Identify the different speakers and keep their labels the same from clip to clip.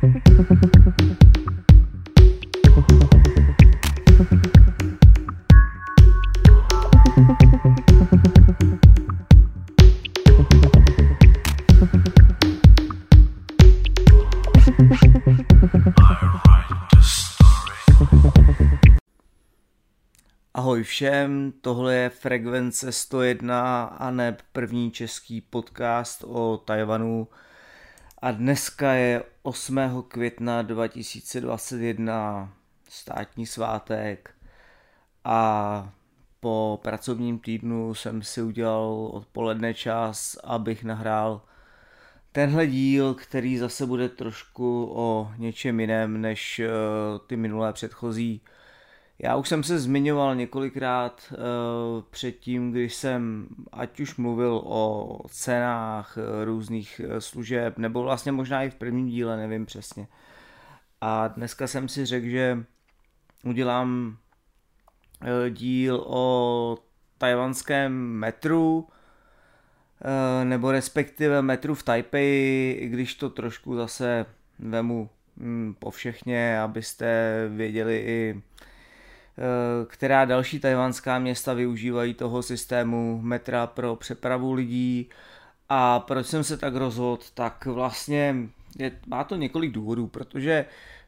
Speaker 1: Ahoj všem, tohle je Frekvence 101 a neb první český podcast o Tchaj-wanu a dneska je 8. května 2021, státní svátek a po pracovním týdnu jsem si udělal odpoledne čas, abych nahrál tenhle díl, který zase bude trošku o něčem jiném než ty minulé předchozí. Já už jsem se zmiňoval několikrát předtím, když jsem ať už mluvil o cenách různých služeb, nebo vlastně možná i v prvním díle, nevím přesně. A dneska jsem si řekl, že udělám díl o tchajwanském metru, nebo respektive metru v Tajpeji, i když to trošku zase vemu povšechně, abyste věděli i která další tchajwanská města využívají toho systému metra pro přepravu lidí. A proč jsem se tak rozhodl, tak vlastně má to několik důvodů, protože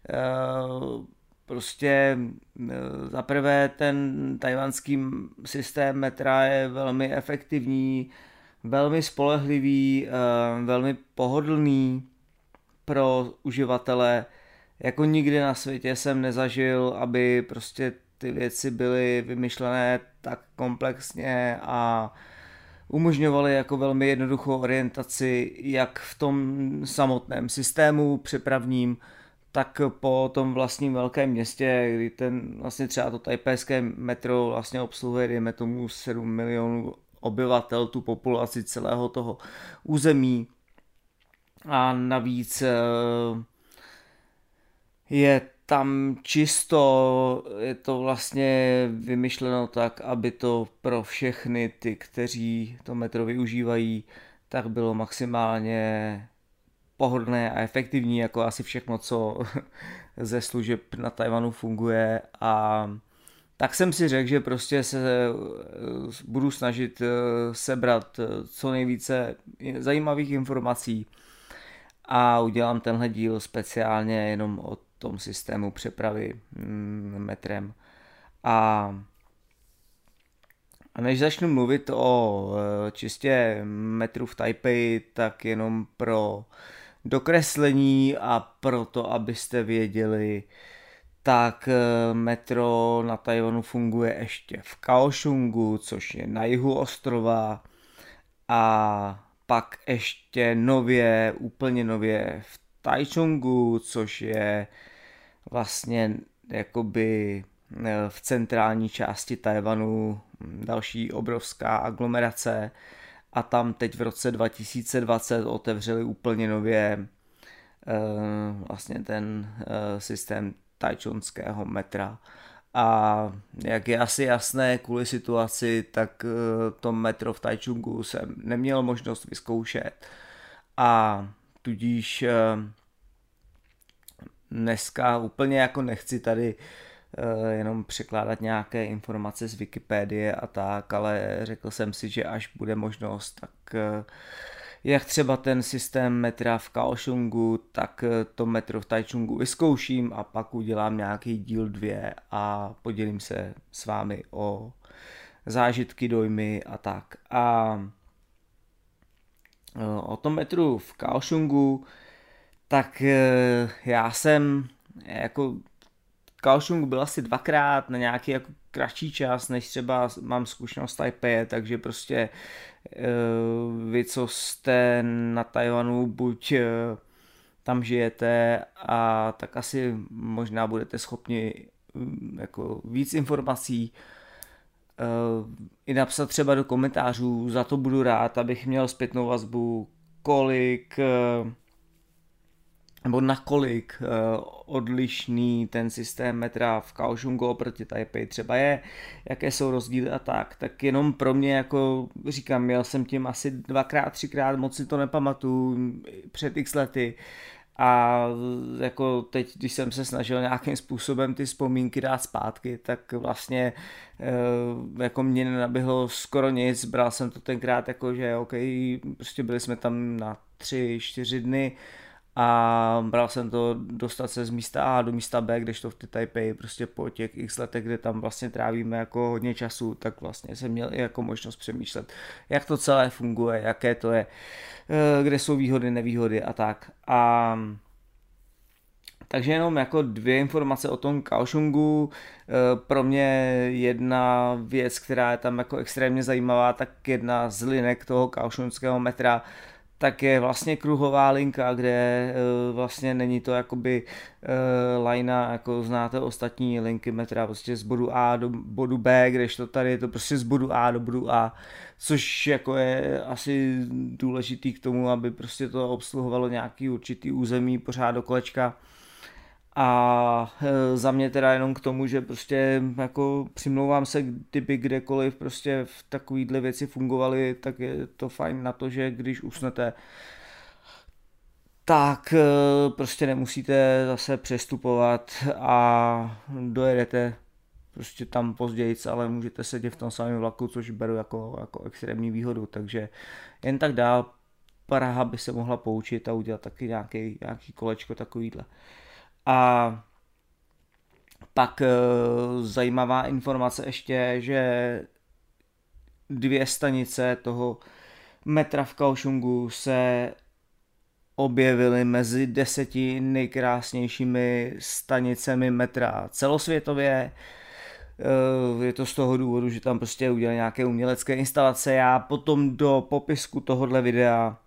Speaker 1: prostě zaprvé ten tchajwanský systém metra je velmi efektivní, velmi spolehlivý, velmi pohodlný pro uživatele. Jako nikdy na světě jsem nezažil, aby prostě ty věci byly vymyšlené tak komplexně a umožňovaly jako velmi jednoduchou orientaci jak v tom samotném systému přepravním, tak po tom vlastním velkém městě, kdy ten vlastně třeba to tajpejské metro vlastně obsluhuje, dejme tomu 7 milionů obyvatel, tu populaci celého toho území a navíc je tam čisto, je to vlastně vymyšleno tak, aby to pro všechny ty, kteří to metro využívají, tak bylo maximálně pohodlné a efektivní, jako asi všechno, co ze služeb na Tchaj-wanu funguje. A tak jsem si řekl, že prostě se budu snažit sebrat co nejvíce zajímavých informací a udělám tenhle díl speciálně jenom o tom systému přepravy metrem. A než začnu mluvit o čistě metru v Tajpeji, tak jenom pro dokreslení a pro to, abyste věděli, tak metro na Tchaj-wanu funguje ještě v Kaohsiungu, což je na jihu ostrova, a pak ještě nově, úplně nově v Taichungu, což je vlastně jakoby v centrální části Tchaj-wanu další obrovská aglomerace, a tam teď v roce 2020 otevřeli úplně nově vlastně ten systém tchajwanského metra. A jak je asi jasné kvůli situaci, tak to metro v Taichungu jsem neměl možnost vyzkoušet a tudíž dneska úplně jako nechci tady jenom překládat nějaké informace z Wikipedie a tak, ale řekl jsem si, že až bude možnost, tak jak třeba ten systém metra v Kaohsiungu, tak to metro v Taichungu vyzkouším a pak udělám nějaký díl 2 a podělím se s vámi o zážitky, dojmy a tak. A o tom metru v Kaohsiungu, tak já jsem jako Kaohsiung byl asi 2krát na nějaký jako kratší čas, než třeba mám zkušenost z Tajpeje, takže prostě vy, co jste na Tchaj-wanu, buď tam žijete, a tak asi možná budete schopni jako víc informací i napsat třeba do komentářů, za to budu rád, abych měl zpětnou vazbu, kolik nebo nakolik odlišný ten systém metra v Kaohsiungu oproti Tajpeji třeba je, jaké jsou rozdíly a tak jenom pro mě, jako říkám, měl jsem tím asi 2x, 3x, moc si to nepamatuju, před x lety, A jako teď, když jsem se snažil nějakým způsobem ty vzpomínky dát zpátky, tak vlastně jako mě nenaběhlo skoro nic, bral jsem to tenkrát jako, že OK, prostě byli jsme tam na 3-4 dny a bral jsem to dostat se z místa A do místa B, kdežto v ty Taipei prostě po těch x letech, kde tam vlastně trávíme jako hodně času, tak vlastně jsem měl i jako možnost přemýšlet, jak to celé funguje, jaké to je, kde jsou výhody, nevýhody a tak. A takže jenom jako 2 informace o tom Kaohsiungu. Pro mě jedna věc, která je tam jako extrémně zajímavá, tak jedna z linek toho kaohsiungského metra, tak je vlastně kruhová linka, kde vlastně není to jakoby lajna, jako znáte ostatní linky metra, prostě z bodu A do bodu B, kdežto tady je to prostě z bodu A do bodu A, což jako je asi důležitý k tomu, aby prostě to obsluhovalo nějaký určitý území pořád do kolečka. A za mě teda jenom k tomu, že prostě jako přimlouvám se, kdyby kdekoliv prostě v takovýhle věci fungovaly, tak je to fajn na to, že když usnete, tak prostě nemusíte zase přestupovat a dojedete prostě tam později, ale můžete sedět v tom samém vlaku, což beru jako extrémní výhodu, takže jen tak dál Praha by se mohla poučit a udělat taky nějaký kolečko takovýhle. A pak zajímavá informace ještě, že 2 stanice toho metra v Kaohsiungu se objevily mezi 10 nejkrásnějšími stanicemi metra celosvětově. Je to z toho důvodu, že tam prostě udělali nějaké umělecké instalace. Já potom do popisku tohohle videa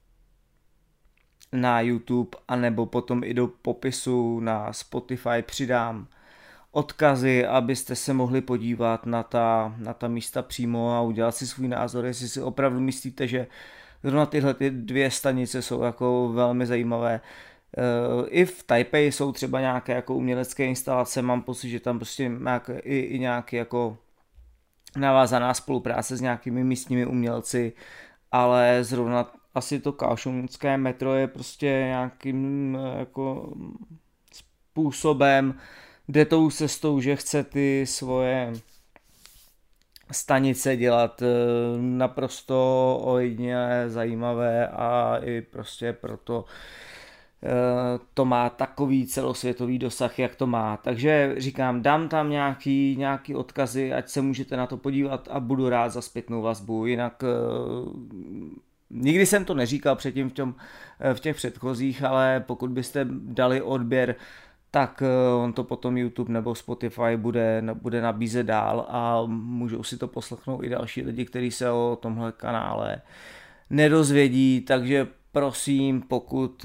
Speaker 1: na YouTube, anebo potom i do popisu na Spotify přidám odkazy, abyste se mohli podívat na ta místa přímo a udělat si svůj názor, jestli si opravdu myslíte, že zrovna tyhle 2 stanice jsou jako velmi zajímavé. I v Taipei jsou třeba nějaké jako umělecké instalace, mám pocit, že tam prostě i nějaký jako navázaná spolupráce s nějakými místními umělci, ale zrovna asi to kaohsiungské metro je prostě nějakým jako způsobem, jde tou cestou, že chce ty svoje stanice dělat naprosto ojedinělé, zajímavé a i prostě proto to má takový celosvětový dosah, jak to má. Takže říkám, dám tam nějaký odkazy, ať se můžete na to podívat a budu rád za zpětnou vazbu. Jinak nikdy jsem to neříkal předtím v těch předchozích, ale pokud byste dali odběr, tak on to potom YouTube nebo Spotify bude nabízet dál a můžou si to poslechnout i další lidi, kteří se o tomhle kanále nedozvědí, takže prosím, pokud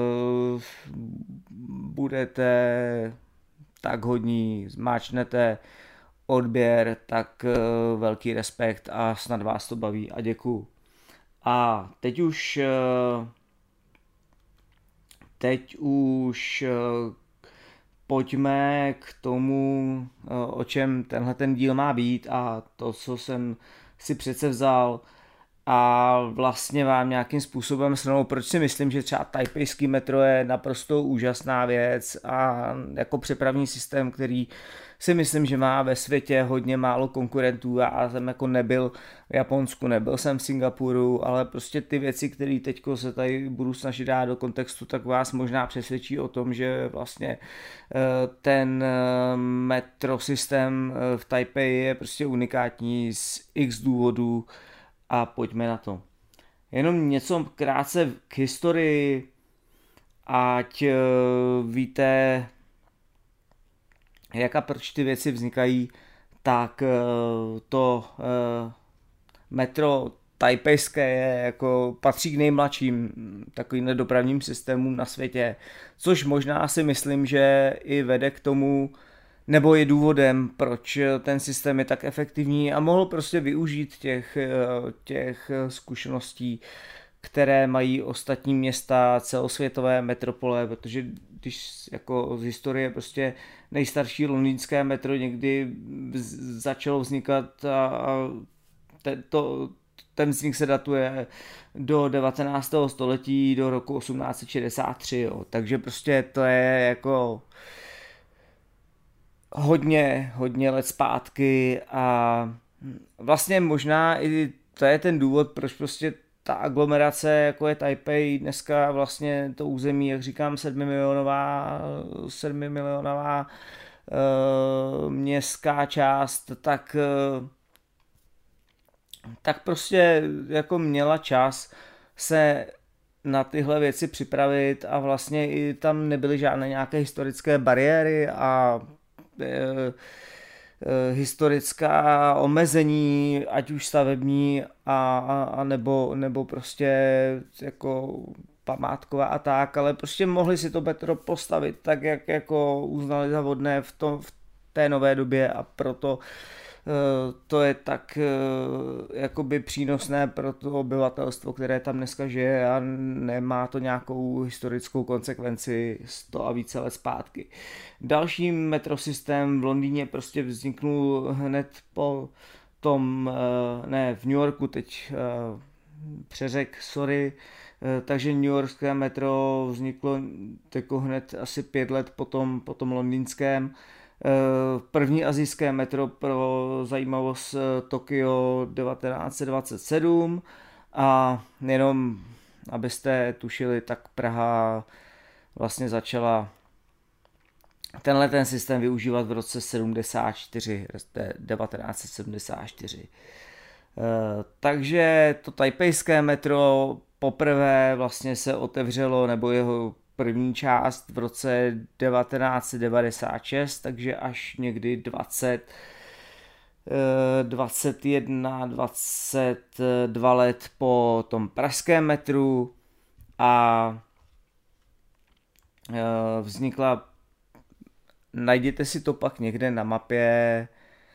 Speaker 1: budete tak hodní, zmáčknete odběr, tak velký respekt a snad vás to baví a děkuju. A teď už pojďme k tomu, o čem tenhle ten díl má být a to, co jsem si přece vzal a vlastně vám nějakým způsobem shrnout, proč si myslím, že třeba tajpejský metro je naprosto úžasná věc a jako přepravní systém, který si myslím, že má ve světě hodně málo konkurentů. Já jsem jako nebyl v Japonsku, nebyl jsem v Singapuru, ale prostě ty věci, které teďko se tady budu snažit dát do kontextu, tak vás možná přesvědčí o tom, že vlastně ten metrosystém v Taipei je prostě unikátní z x důvodů a pojďme na to. Jenom něco krátce k historii, ať víte, jak a proč ty věci vznikají, tak to metro tajpejské je jako patří k nejmladším takovým dopravním systémům na světě, což možná si myslím, že i vede k tomu, nebo je důvodem, proč ten systém je tak efektivní a mohl prostě využít těch zkušeností, které mají ostatní města, celosvětové metropole, protože když jako z historie prostě nejstarší londýnské metro někdy začalo vznikat a ten vznik se datuje do 19. století, do roku 1863, jo. Takže prostě to je jako hodně let zpátky a vlastně možná i to je ten důvod, proč prostě ta aglomerace, jako je Taipei, dneska vlastně to území, jak říkám, 7 milionová městská část, tak prostě jako měla čas se na tyhle věci připravit a vlastně i tam nebyly žádné nějaké historické bariéry a historická omezení, ať už stavební a nebo prostě jako památková a tak, ale prostě mohli si to metro postavit tak, jak jako uznali za vhodné v té nové době a proto to je tak jakoby přínosné pro to obyvatelstvo, které tam dneska žije a nemá to nějakou historickou konsekvenci 100 a více let zpátky. Další metrosystém v Londýně prostě vzniknul hned po tom, ne v New Yorku, teď přeřek, sorry, takže New Yorkské metro vzniklo jako hned asi 5 let po tom londýnském. První asijské metro pro zajímavost Tokio 1927 a jenom abyste tušili, tak Praha vlastně začala tenhle ten systém využívat v roce 1974. Takže to tajpejské metro poprvé vlastně se otevřelo, nebo jeho první část v roce 1996, takže až někdy 22 let po tom pražském metru a vznikla, najděte si to pak někde na mapě,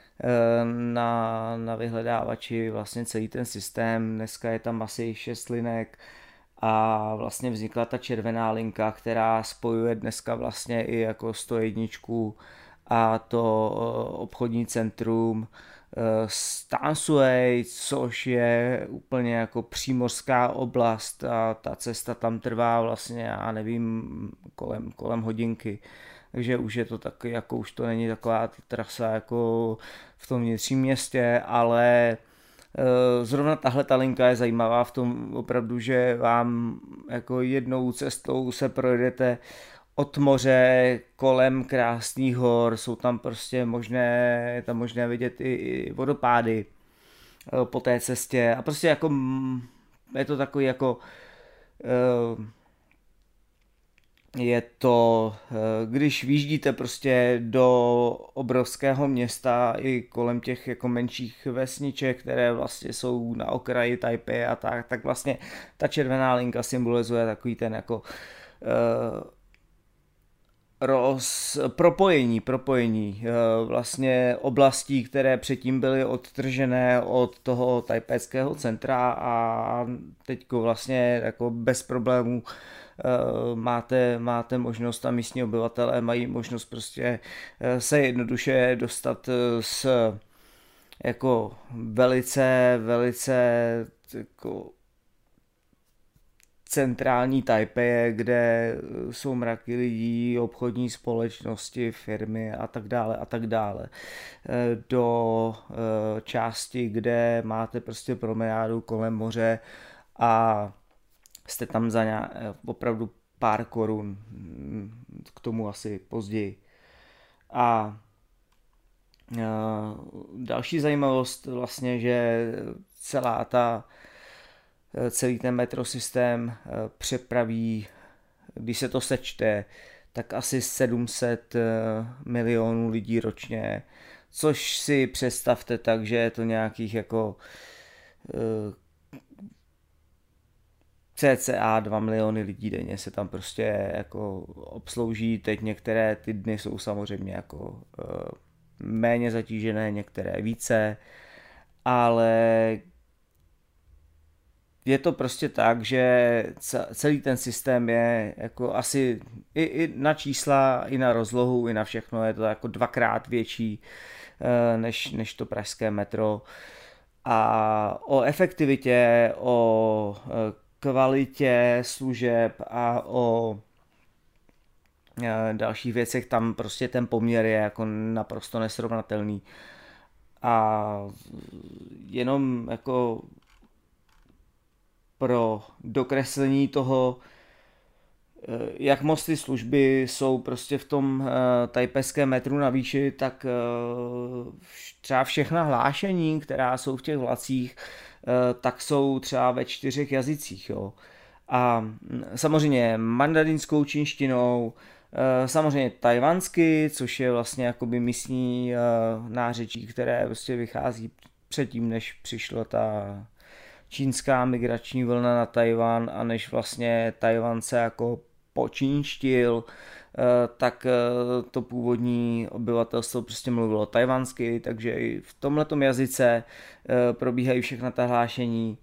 Speaker 1: na vyhledávači vlastně celý ten systém, dneska je tam asi 6 linek a vlastně vznikla ta červená linka, která spojuje dneska vlastně i jako 101 a to obchodní centrum Stansui, což je úplně jako přímořská oblast a ta cesta tam trvá vlastně, já nevím, kolem hodinky. Takže už je to taky, jako už to není taková trasa jako v tom vnitřním městě, ale zrovna tahle ta linka je zajímavá v tom opravdu, že vám jako jednou cestou se projedete od moře kolem krásných hor, jsou tam prostě je tam možné vidět i vodopády po té cestě a prostě jako je to takový jako je to, když vyjíždíte prostě do obrovského města i kolem těch jako menších vesniček, které vlastně jsou na okraji Taipei a tak vlastně ta červená linka symbolizuje takový ten jako propojení vlastně oblastí, které předtím byly odtržené od toho tajpejského centra a teďko vlastně jako bez problémů máte možnost a místní obyvatelé mají možnost prostě se jednoduše dostat z jako velice jako centrální Taipei, kde jsou mraky lidí, obchodní společnosti, firmy a tak dále, do části, kde máte prostě promenádu kolem moře a jste tam za opravdu pár korun, k tomu asi později. A další zajímavost vlastně, že celý ten metrosystém přepraví, když se to sečte, tak asi 700 milionů lidí ročně, což si představte tak, že je to nějakých jako cca 2 miliony lidí denně se tam prostě jako obslouží. Teď některé ty dny jsou samozřejmě jako méně zatížené, některé více, ale je to prostě tak, že celý ten systém je jako asi i na čísla, i na rozlohu, i na všechno je to jako 2x větší než to pražské metro. a o efektivitě, o kvalitě služeb a o dalších věcech tam prostě ten poměr je jako naprosto nesrovnatelný. A jenom jako pro dokreslení toho, jak moc ty služby jsou prostě v tom tajpejském metru na výši, tak třeba všechna hlášení, která jsou v těch vlacích, tak jsou třeba ve 4 jazycích. Jo. A samozřejmě mandarinskou čínštinou, samozřejmě tajvansky, což je vlastně jakoby místní nářečí, které prostě vychází předtím, než přišla ta čínská migrační vlna na Tajvan a než vlastně Tajvan se jako počínštil, tak to původní obyvatelstvo prostě mluvilo tajvansky, takže i v tomhletom jazyce probíhají všechna ta hlášení.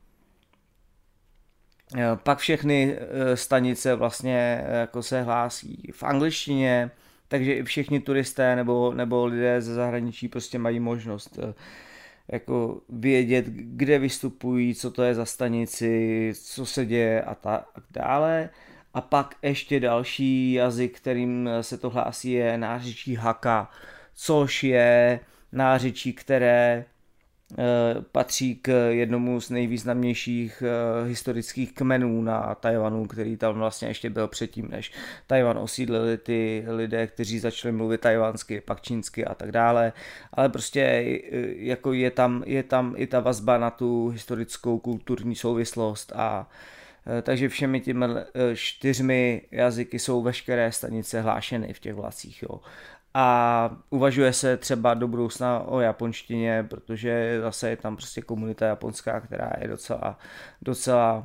Speaker 1: Pak všechny stanice vlastně jako se hlásí v angličtině, takže i všichni turisté nebo lidé ze zahraničí prostě mají možnost jako vědět, kde vystupují, co to je za stanici, co se děje a tak dále. A pak ještě další jazyk, kterým se to hlásí, je nářečí Hakka, což je nářečí, které patří k jednomu z nejvýznamnějších historických kmenů na Tajvanu, který tam vlastně ještě byl předtím, než Tajvan osídlili ty lidé, kteří začali mluvit tajvansky, pak čínsky a tak dále, ale prostě jako je tam i ta vazba na tu historickou kulturní souvislost a takže všemi těmi 4 jazyky jsou veškeré stanice hlášeny v těch vlacích. Jo. A uvažuje se třeba do budoucna o japonštině, protože zase je tam prostě komunita japonská, která je docela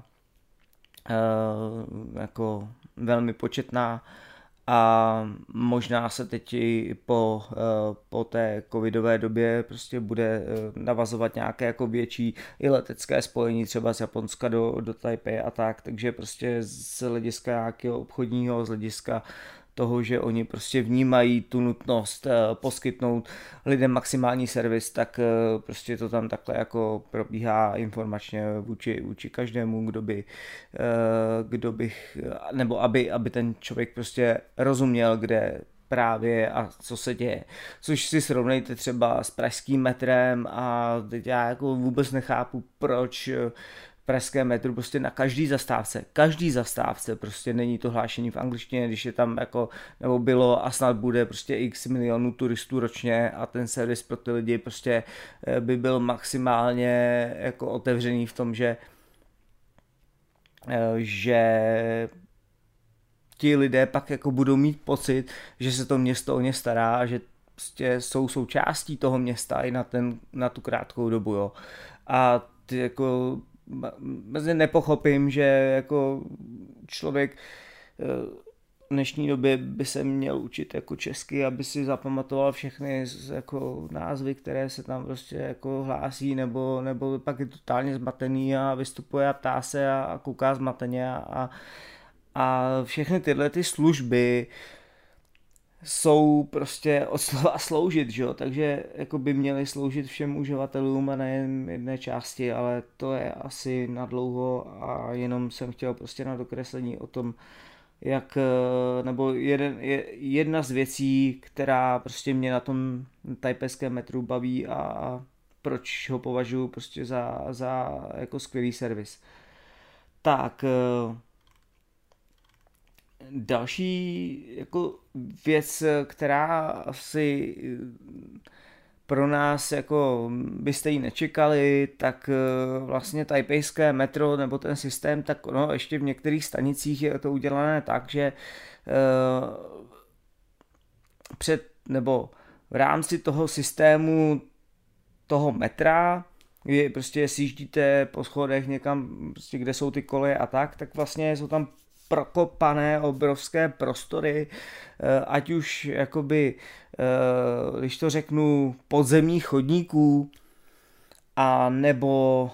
Speaker 1: jako velmi početná a možná se teď i po té covidové době prostě bude navazovat nějaké jako větší i letecké spojení třeba z Japonska do Taipei a tak, takže prostě z hlediska nějakého obchodního, z hlediska toho, že oni prostě vnímají tu nutnost poskytnout lidem maximální servis, tak prostě to tam takhle jako probíhá informačně vůči každému, kdo bych, nebo aby ten člověk prostě rozuměl, kde právě a co se děje. Což si srovnejte třeba s pražským metrem a teď já jako vůbec nechápu, proč pražském metru prostě na každý zastávce prostě není to hlášení v angličtině, když je tam jako, nebo bylo a snad bude prostě x milionů turistů ročně a ten servis pro ty lidi prostě by byl maximálně jako otevřený v tom, že ti lidé pak jako budou mít pocit, že se to město o ně stará a že prostě jsou součástí toho města i na tu krátkou dobu, jo. A ty jako nepochopím, že jako člověk v dnešní době by se měl učit jako česky, aby si zapamatoval všechny jako názvy, které se tam prostě jako hlásí, nebo pak je totálně zmatený a vystupuje a ptá se a kouká zmateně a všechny tyhle ty služby jsou prostě od slova sloužit, že jo? Takže jako by měly sloužit všem uživatelům a nejen jedné části, ale to je asi nadlouho a jenom jsem chtěl prostě na dokreslení o tom, jak, nebo jedna z věcí, která prostě mě na tom tajpejském metru baví a proč ho považuji prostě za jako skvělý servis. Tak, další jako věc, která asi pro nás jako byste ji nečekali, tak vlastně tajpejské metro nebo ten systém, tak no, ještě v některých stanicích je to udělané tak, že nebo v rámci toho systému toho metra, kdy prostě sjíždíte po schodech někam, prostě, kde jsou ty koleje a tak vlastně jsou tam prokopané obrovské prostory, ať už jakoby, když to řeknu, podzemních chodníků, a nebo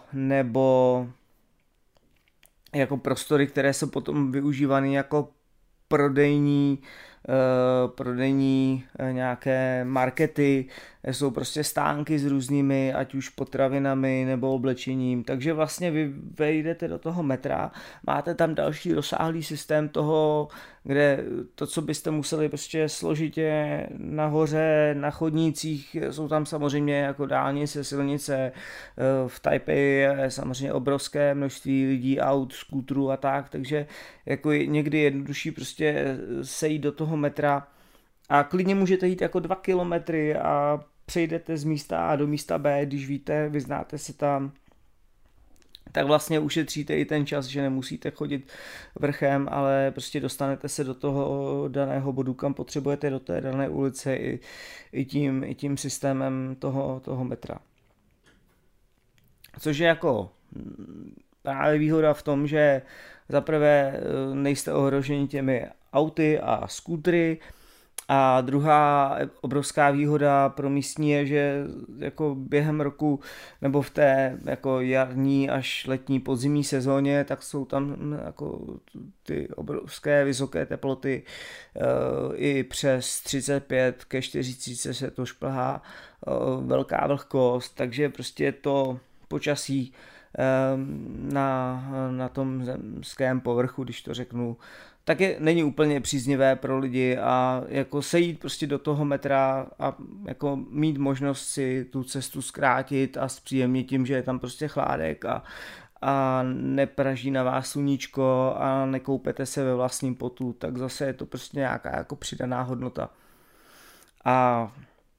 Speaker 1: jako prostory, které jsou potom využívány jako prodejní prodejní nějaké markety, jsou prostě stánky s různými, ať už potravinami nebo oblečením, takže vlastně vy vejdete do toho metra, máte tam další rozsáhlý systém toho, kde to, co byste museli prostě složitě nahoře, na chodnících, jsou tam samozřejmě jako dálnice, silnice, v Taipei je samozřejmě obrovské množství lidí, aut, skútrů a tak, takže jako někdy je jednodušší prostě sejít do toho metra a klidně můžete jít jako 2 kilometry a přejdete z místa A do místa B, když víte, vyznáte se tam, tak vlastně ušetříte i ten čas, že nemusíte chodit vrchem, ale prostě dostanete se do toho daného bodu, kam potřebujete, do té dané ulice i tím systémem toho metra. Což je jako právě výhoda v tom, že zaprvé nejste ohroženi těmi auty a skútry, a druhá obrovská výhoda pro místní je, že jako během roku nebo v té jako jarní až letní podzimní sezóně, tak jsou tam jako ty obrovské vysoké teploty, i přes 35 ke 40 se to šplhá, velká vlhkost, takže prostě to počasí na tom zemském povrchu, když to řeknu, tak není úplně příznivé pro lidi a jako sejít prostě do toho metra a jako mít možnost si tu cestu zkrátit a zpříjemnit tím, že je tam prostě chládek a nepraží na vás sluníčko a nekoupete se ve vlastním potu, tak zase je to prostě nějaká jako přidaná hodnota. A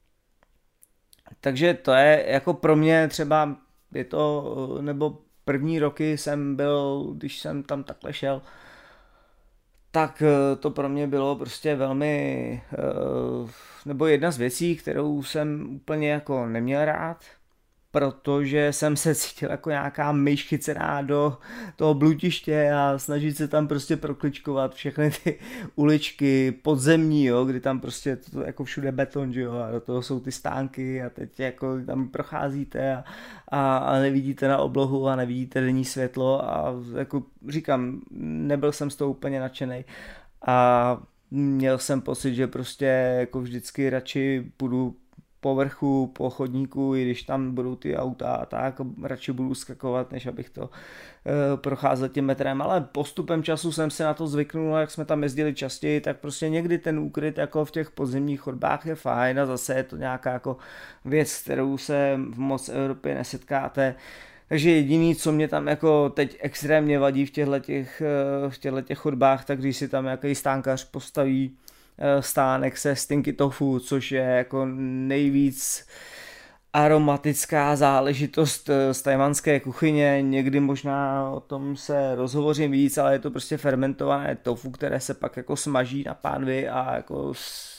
Speaker 1: takže to je jako pro mě třeba je to, nebo první roky jsem byl, když jsem tam takhle šel, tak to pro mě bylo prostě velmi, nebo jedna z věcí, kterou jsem úplně jako neměl rád, protože jsem se cítil jako nějaká myš chycená do toho blutiště a snažit se tam prostě prokličkovat všechny ty uličky podzemní, jo, kdy tam prostě to jako všude beton, že jo, a do toho jsou ty stánky a teď jako tam procházíte a nevidíte na oblohu a nevidíte denní světlo a jako říkám, nebyl jsem z toho úplně nadšenej a měl jsem pocit, že prostě jako vždycky radši půjdu po vrchu, po chodníku, i když tam budou ty auta a tak, radši budu skakovat, než abych to procházel tím metrem, ale postupem času jsem se na to zvyknul, jak jsme tam jezdili častěji, tak prostě někdy ten úkryt jako v těch podzemních chodbách je fajn a zase je to nějaká jako věc, kterou se v moc Evropě nesetkáte. Takže jediný, co mě tam jako teď extrémně vadí v těchto chodbách, tak když si tam nějaký stánkař postaví stánek se stinky tofu, což je jako nejvíc aromatická záležitost z tajvanské kuchyně, někdy možná o tom se rozhovořím víc, ale je to prostě fermentované tofu, které se pak jako smaží na pánvi a jako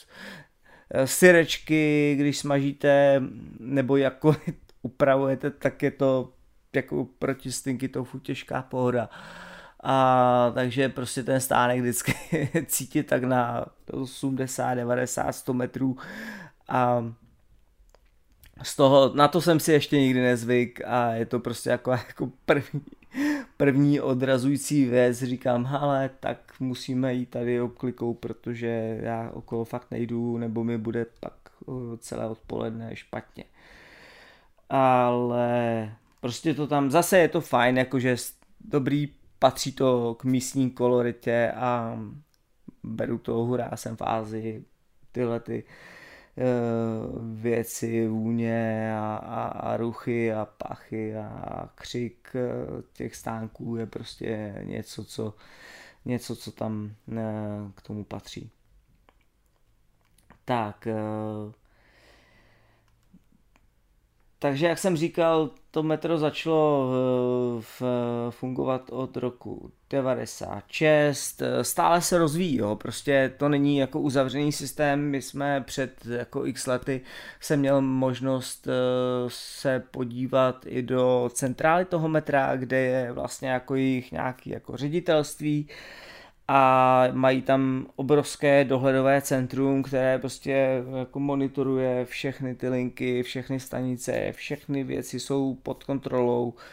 Speaker 1: syrečky, když smažíte nebo jako upravujete, tak je to jako proti stinky tofu těžká pohoda. A takže prostě ten stánek vždycky cítit tak na 80, 90, 100 metrů a z toho, na to jsem si ještě nikdy nezvyk a je to prostě jako první odrazující věc, říkám, hele, tak musíme jít tady obklikou, protože já okolo fakt nejdu, nebo mi bude pak celé odpoledne špatně. Ale prostě to tam, zase je to fajn, jakože dobrý, patří to k místní koloritě a beru to hurá, jsem v Ázii, tyhle ty věci, vůně a ruchy a pachy a křik těch stánků je prostě něco, co tam k tomu patří. Tak, takže jak jsem říkal, to metro začalo fungovat od roku 96, stále se rozvíjí, jo. Prostě to není jako uzavřený systém, my jsme před jako x lety jsem měl možnost se podívat i do centrály toho metra, kde je vlastně jako jejich nějaký jako ředitelství a mají tam obrovské dohledové centrum, které prostě jako monitoruje všechny ty linky, všechny stanice, všechny věci jsou pod kontrolou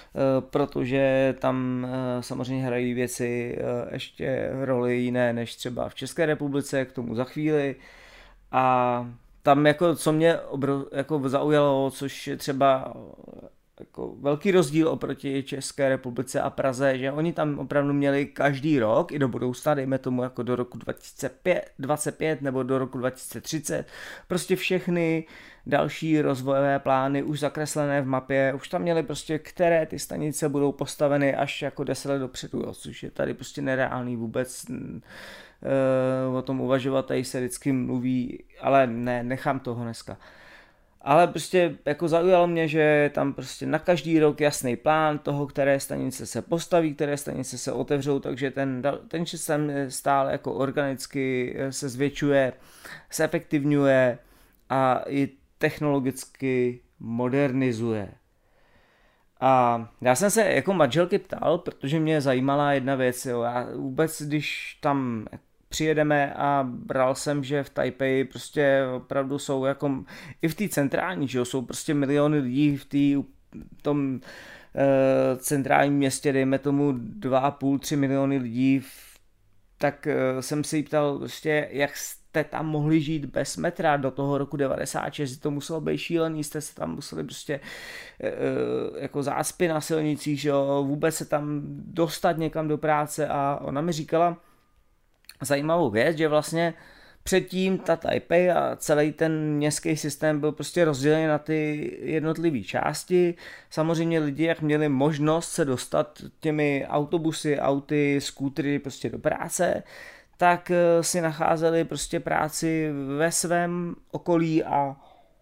Speaker 1: protože tam samozřejmě hrají věci ještě roli jiné než třeba v České republice, k tomu za chvíli. A tam jako, co mě jako zaujalo, což je třeba jako velký rozdíl oproti České republice a Praze, že oni tam opravdu měli každý rok i do budoucna, dejme tomu jako do roku 2025 nebo do roku 2030, prostě všechny další rozvojové plány už zakreslené v mapě, už tam měli prostě, které ty stanice budou postaveny až jako 10 let dopředu, jo, což je tady prostě nereálný vůbec o tom uvažovat, tady se vždycky mluví, ale ne, nechám toho dneska. Ale prostě jako zaujalo mě, že tam prostě na každý rok jasný plán toho, které stanice se postaví, které stanice se otevřou, takže ten systém stále jako organicky se zvětšuje, zefektivňuje a i technologicky modernizuje. A já jsem se jako manželky ptal, protože mě zajímala jedna věc, jo. Já vůbec, když tam přijedeme a bral jsem, že v Taipei prostě opravdu jsou jako i v té centrální, že jo, jsou prostě miliony lidí v tom centrálním městě, dejme tomu 2,5–3 miliony lidí, tak jsem si ptal prostě, jak jste tam mohli žít bez metra do toho roku 96, to muselo být šílený, jste se tam museli prostě jako zácpy na silnicích, že jo, vůbec se tam dostat někam do práce a ona mi říkala zajímavou věc, že vlastně předtím ta Taipei a celý ten městský systém byl prostě rozdělený na ty jednotlivé části. Samozřejmě lidi, jak měli možnost se dostat těmi autobusy, auty, skútry prostě do práce, tak si nacházeli prostě práci ve svém okolí a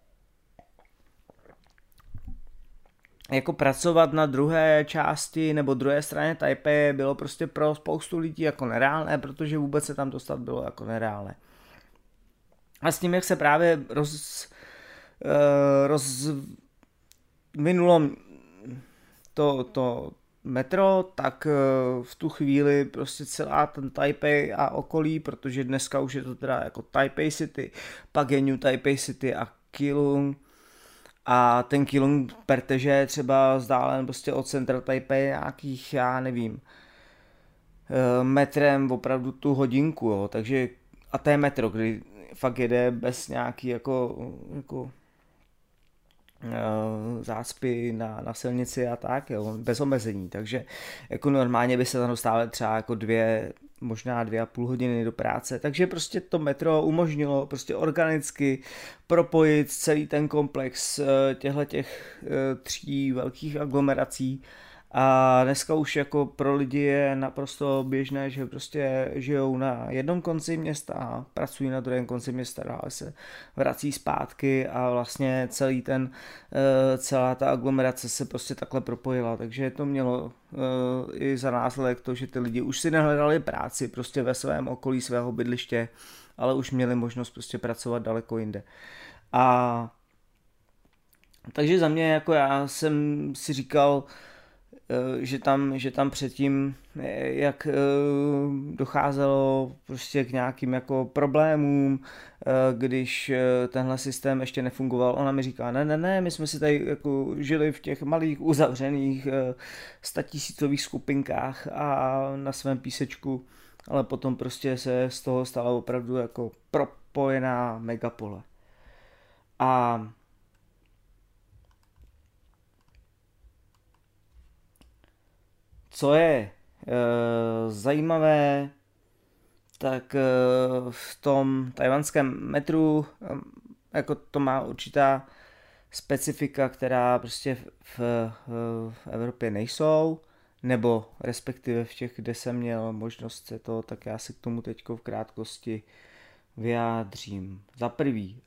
Speaker 1: jako pracovat na druhé části nebo druhé straně Taipei bylo prostě pro spoustu lidí jako nereálné, protože vůbec se tam dostat bylo jako nereálné. A s tím, jak se právě rozvinulo to metro, tak v tu chvíli prostě celá ten Taipei a okolí, protože dneska už je to teda jako Taipei City, pak je New Taipei City a Keelung. A ten Keelung perteže je třeba vzdálen prostě od centra Taipei nějakých, já nevím, metrem opravdu tu hodinku, jo, takže a to je metro, kdy fakt jede bez nějaký jako zácpy na silnici a tak, jo, bez omezení, takže jako normálně by se tam dostávali třeba jako možná 2,5 hodiny do práce, takže prostě to metro umožnilo prostě organicky propojit celý ten komplex těch 3 velkých aglomerací a dneska už jako pro lidi je naprosto běžné, že prostě žijou na jednom konci města a pracují na druhém konci města, dále se vrací zpátky a vlastně celá ta aglomerace se prostě takhle propojila, takže to mělo i za následek to, že ty lidi už si nehledali práci prostě ve svém okolí svého bydliště, ale už měli možnost prostě pracovat daleko jinde. A takže za mě jako já jsem si říkal, že tam předtím, jak docházelo prostě k nějakým jako problémům, když tenhle systém ještě nefungoval, ona mi říká, ne, my jsme si tady jako žili v těch malých uzavřených 100 000 skupinkách a na svém písečku, ale potom prostě se z toho stala opravdu jako propojená megapole. A co je zajímavé, tak v tom tajvanském metru jako to má určitá specifika, která prostě v Evropě nejsou, nebo respektive v těch, kde jsem měl možnost se to, tak já si k tomu teďko v krátkosti vyjádřím. Za prvý,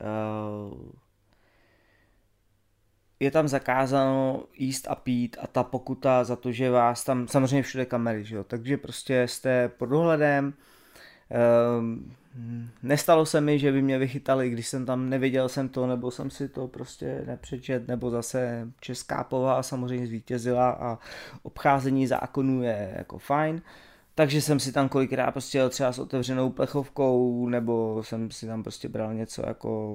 Speaker 1: je tam zakázáno jíst a pít a ta pokuta za to, že vás tam, samozřejmě všude kamery, že jo, takže prostě jste pod dohledem. Nestalo se mi, že by mě vychytali, když jsem tam, nevěděl jsem to, nebo jsem si to prostě nepřečet, nebo zase česká povaha samozřejmě zvítězila a obcházení zákonů je jako fajn. Takže jsem si tam kolikrát prostě jel třeba s otevřenou plechovkou, nebo jsem si tam prostě bral něco jako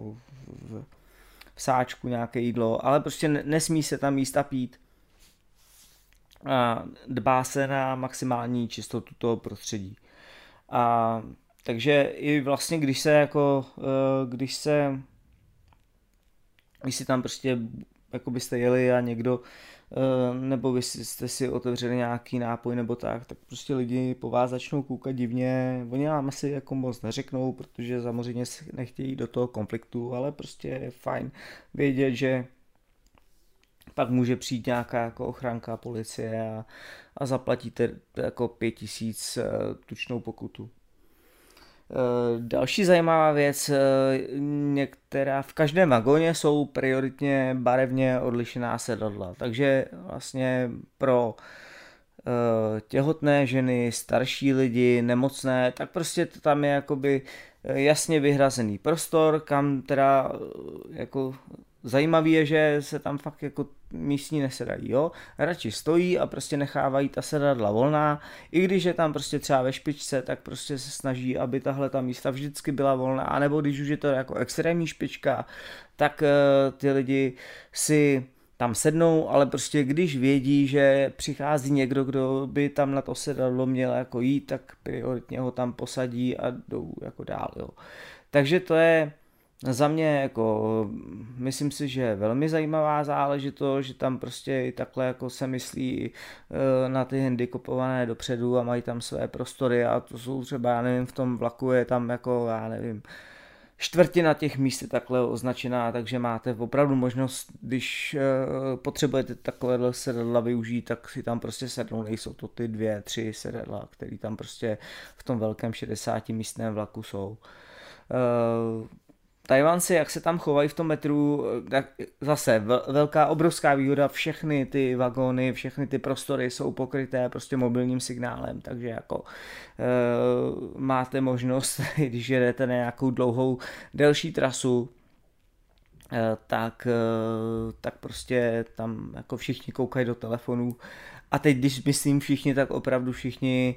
Speaker 1: v sáčku nějaké jídlo, ale prostě nesmí se tam jíst a pít. a dbá se na maximální čistotu toho prostředí. A takže i vlastně, když si tam prostě jako byste jeli a někdo nebo vy jste si otevřeli nějaký nápoj nebo tak prostě lidi po vás začnou koukat divně, oni vám asi jako moc neřeknou, protože samozřejmě nechtějí do toho konfliktu, ale prostě je fajn vědět, že pak může přijít nějaká jako ochranka, policie a zaplatíte jako 5 000 tučnou pokutu. Další zajímavá věc, některá v každém vagóně jsou prioritně barevně odlišená sedadla, takže vlastně pro těhotné ženy, starší lidi, nemocné, tak prostě tam je jakoby jasně vyhrazený prostor, kam teda jako zajímavý je, že se tam fakt jako místní nesedají, jo, radši stojí a prostě nechávají ta sedadla volná, i když je tam prostě třeba ve špičce, tak prostě se snaží, aby tahle ta místa vždycky byla volná, anebo když už je to jako extrémní špička, tak ty lidi si tam sednou, ale prostě když vědí, že přichází někdo, kdo by tam na to sedadlo měl jako jít, tak prioritně ho tam posadí a jdou jako dál, jo. Takže to je za mě jako, myslím si, že je velmi zajímavá záležitost, že tam prostě i takhle jako se myslí na ty handicapované dopředu a mají tam své prostory a to jsou třeba, já nevím, v tom vlaku je tam jako, já nevím, čtvrtina těch míst je takhle označená, takže máte opravdu možnost, když potřebujete takové sedadla využít, tak si tam prostě sednou, nejsou to ty 2, 3 sedadla, které tam prostě v tom velkém 60 místném vlaku jsou. Tajvanci, jak se tam chovají v tom metru, tak zase velká, obrovská výhoda, všechny ty vagóny, všechny ty prostory jsou pokryté prostě mobilním signálem, takže jako máte možnost, když jedete na nějakou dlouhou, delší trasu, tak prostě tam jako všichni koukají do telefonů a teď, když myslím všichni, tak opravdu všichni,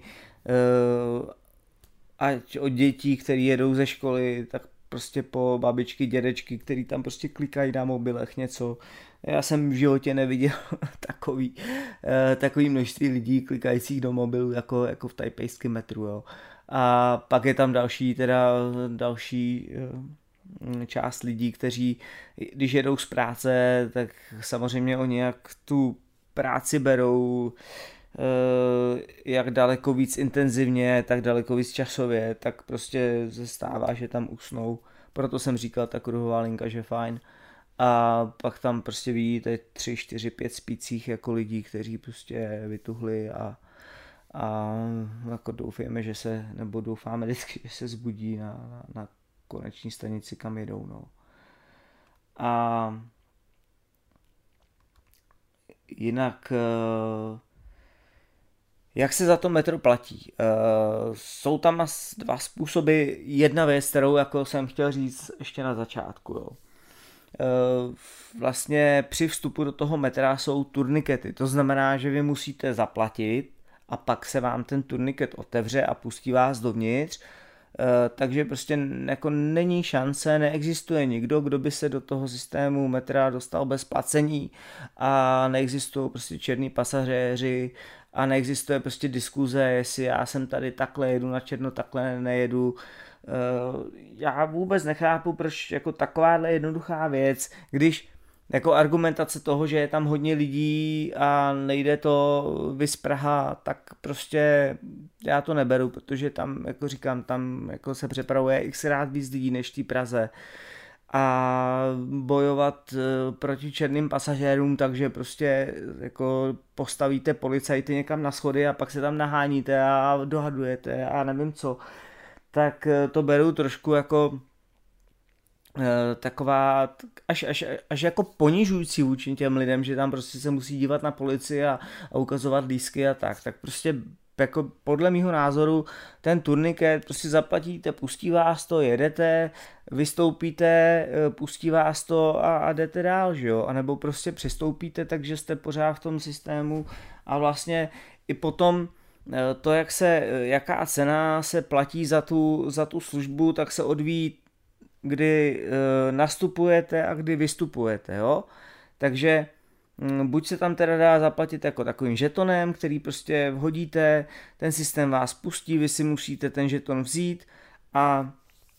Speaker 1: ať od dětí, který jedou ze školy, tak prostě po babičky, dědečky, který tam prostě klikají na mobilech něco. Já jsem v životě neviděl takový množství lidí klikajících do mobilu jako v tajpejském metru, jo. A pak je tam další část lidí, kteří, když jedou z práce, tak samozřejmě oni jak tu práci berou jak daleko víc intenzivně, tak daleko víc časově, tak prostě se stává, že tam usnou. Proto jsem říkal ta kruhová linka, že fajn. A pak tam prostě vidíte 3, 4, 5 spících jako lidí, kteří prostě vytuhli a jako doufáme vždycky, že se zbudí na koneční stanici, kam jedou. No. A jinak jak se za to metro platí? Jsou tam 2 způsoby. Jedna věc, kterou jako jsem chtěl říct ještě na začátku. Jo. Vlastně při vstupu do toho metra jsou turnikety. To znamená, že vy musíte zaplatit a pak se vám ten turniket otevře a pustí vás dovnitř. Takže prostě jako není šance, neexistuje nikdo, kdo by se do toho systému metra dostal bez placení a neexistují prostě černí pasažéři a neexistuje prostě diskuze, jestli já jsem tady takhle jedu na černo, takhle nejedu. Já vůbec nechápu, proč jako takováhle jednoduchá věc, když jako argumentace toho, že je tam hodně lidí a nejde to vys Praha, tak prostě já to neberu, protože tam, jako říkám, tam jako se přepravuje xkrát víc lidí než v té Praze a bojovat proti černým pasažérům, takže prostě jako postavíte policajty někam na schody a pak se tam naháníte a dohadujete a nevím co, tak to beru trošku jako taková až jako ponižující vůči těm lidem, že tam prostě se musí dívat na policii a ukazovat lístky a tak prostě jako podle mýho názoru ten turniket prostě zaplatíte, pustí vás to, jedete, vystoupíte, pustí vás to a jdete dál, že jo, anebo prostě přestoupíte, takže jste pořád v tom systému a vlastně i potom to, jaká cena se platí za tu službu, tak se odvíjí, kdy nastupujete a kdy vystupujete, jo, takže buď se tam teda dá zaplatit jako takovým žetonem, který prostě vhodíte, ten systém vás pustí, vy si musíte ten žeton vzít a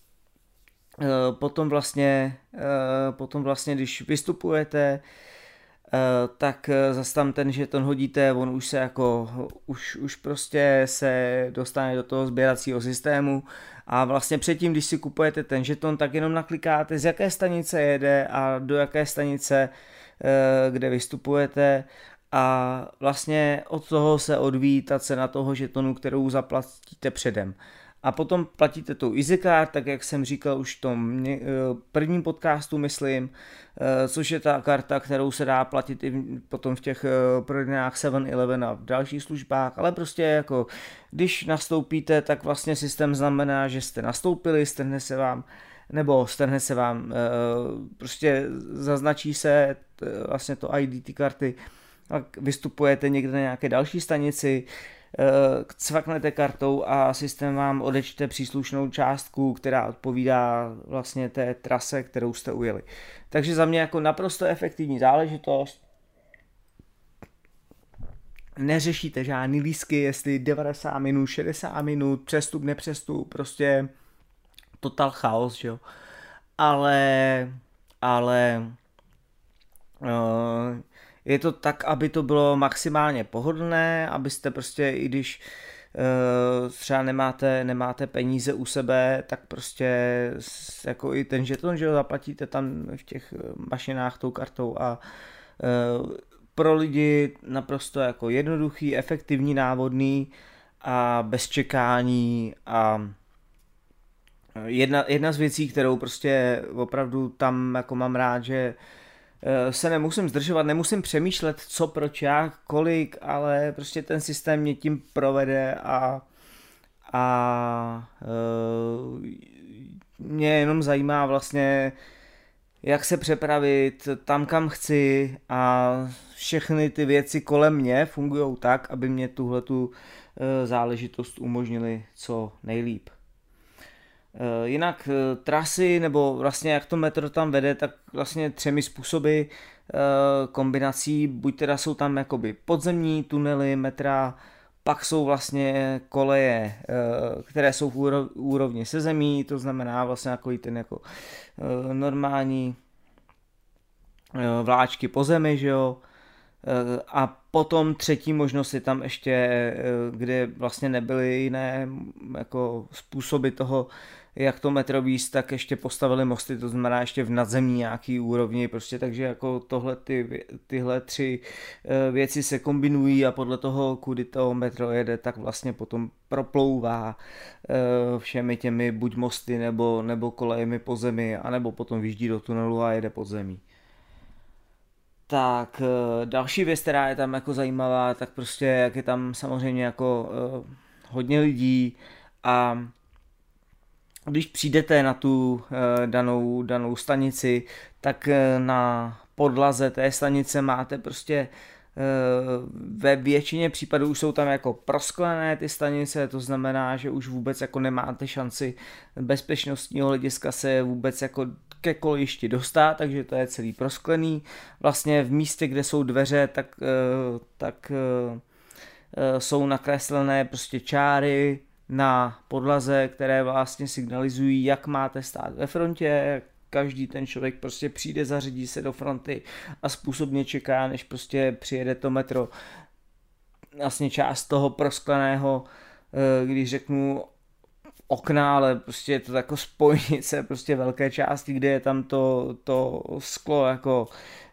Speaker 1: potom vlastně, když vystupujete, tak zase tam ten žeton hodíte, on už se jako, už prostě se dostane do toho sběracího systému a vlastně předtím, když si kupujete ten žeton, tak jenom naklikáte, z jaké stanice jede a do jaké stanice, kde vystupujete a vlastně od toho se odvíjí ta cena toho žetonu, kterou zaplatíte předem. A potom platíte tou EasyCard, tak jak jsem říkal už v tom prvním podcastu, myslím, což je ta karta, kterou se dá platit i potom v těch prodejnách 7-Eleven a v dalších službách, ale prostě jako když nastoupíte, tak vlastně systém znamená, že jste nastoupili, strhne se vám, prostě zaznačí se vlastně to ID té karty, tak vystupujete někde na nějaké další stanici, cvaknete kartou a systém vám odečte příslušnou částku, která odpovídá vlastně té trase, kterou jste ujeli. Takže za mě jako naprosto efektivní záležitost. Neřešíte žádný lístky, jestli 90 minut, 60 minut, přestup, nepřestup, prostě total chaos, že jo. Ale je to tak, aby to bylo maximálně pohodlné, abyste prostě, i když třeba nemáte peníze u sebe, tak prostě jako i ten žeton, že ho zaplatíte tam v těch mašinách tou kartou a pro lidi naprosto jako jednoduchý, efektivní, návodný a bez čekání a jedna z věcí, kterou prostě opravdu tam jako mám rád, že se nemusím zdržovat, nemusím přemýšlet co, proč, jak, kolik, ale prostě ten systém mě tím provede a mě jenom zajímá vlastně, jak se přepravit tam, kam chci a všechny ty věci kolem mě fungují tak, aby mě tuhletu záležitost umožnili co nejlíp. Jinak trasy, nebo vlastně jak to metro tam vede, tak vlastně 3 způsoby kombinací, buď teda jsou tam jakoby podzemní tunely metra, pak jsou vlastně koleje, které jsou v úrovni se zemí, to znamená vlastně jako ten jako normální vláčky po zemi, že jo. A potom třetí možnost je tam ještě, kde vlastně nebyly jiné jako způsoby toho, jak to metro víc, tak ještě postavili mosty, to znamená ještě v nadzemní nějaký úrovni, prostě takže jako tyhle 3 věci se kombinují a podle toho, kudy to metro jede, tak vlastně potom proplouvá všemi těmi buď mosty nebo kolejemi po zemi, anebo potom vyjíždí do tunelu a jede pod zemí. Tak další věc, která je tam jako zajímavá, tak prostě jak je tam samozřejmě jako hodně lidí a když přijdete na tu danou stanici, tak na podlaze té stanice máte prostě ve většině případů už jsou tam jako prosklené ty stanice, to znamená, že už vůbec jako nemáte šanci bezpečnostního hlediska se vůbec jako ke kolejišti dostat, takže to je celý prosklený. Vlastně v místě, kde jsou dveře, tak jsou nakreslené prostě čáry na podlaze, které vlastně signalizují, jak máte stát ve frontě. Každý ten člověk prostě přijde, zařadí se do fronty a způsobně čeká, než prostě přijede to metro. Vlastně část toho proskleného, když řeknu okna, ale prostě je to jako spojnice, prostě velké části, kde je tam to sklo jako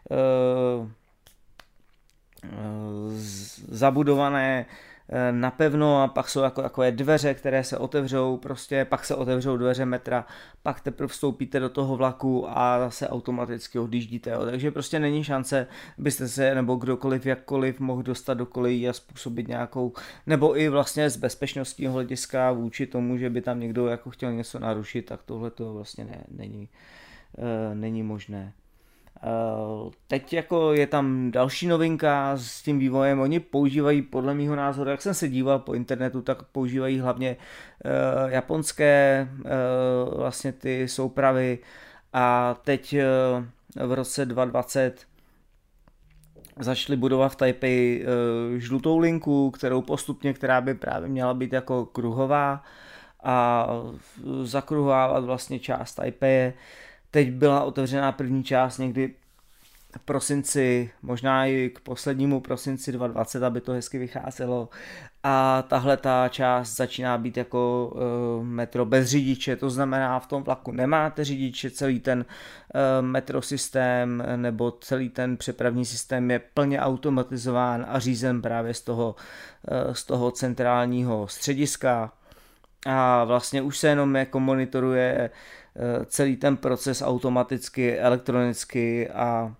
Speaker 1: zabudované napevno a pak jsou jako takové dveře, které se otevřou, prostě pak se otevřou dveře metra, pak teprve vstoupíte do toho vlaku a zase automaticky odjíždíte. Jo. Takže prostě není šance, byste se nebo kdokoliv jakkoliv mohl dostat do kolejí a způsobit nějakou, nebo i vlastně z bezpečnostního hlediska vůči tomu, že by tam někdo jako chtěl něco narušit, tak tohle to vlastně není možné. Teď jako je tam další novinka s tím vývojem, oni používají podle mýho názoru, jak jsem se díval po internetu, tak používají hlavně japonské vlastně ty soupravy a teď v roce 2020 začali budovat v Taipei žlutou linku, která by právě měla být jako kruhová a zakruhovávat vlastně část Taipeje. Teď byla otevřená první část někdy v prosinci, možná i k poslednímu prosinci 2020, aby to hezky vycházelo. A tahle ta část začíná být jako metro bez řidiče, to znamená v tom vlaku nemáte řidiče, celý ten metrosystém nebo celý ten přepravní systém je plně automatizován a řízen právě z toho centrálního střediska. A vlastně už se jenom jako monitoruje celý ten proces automaticky, elektronicky a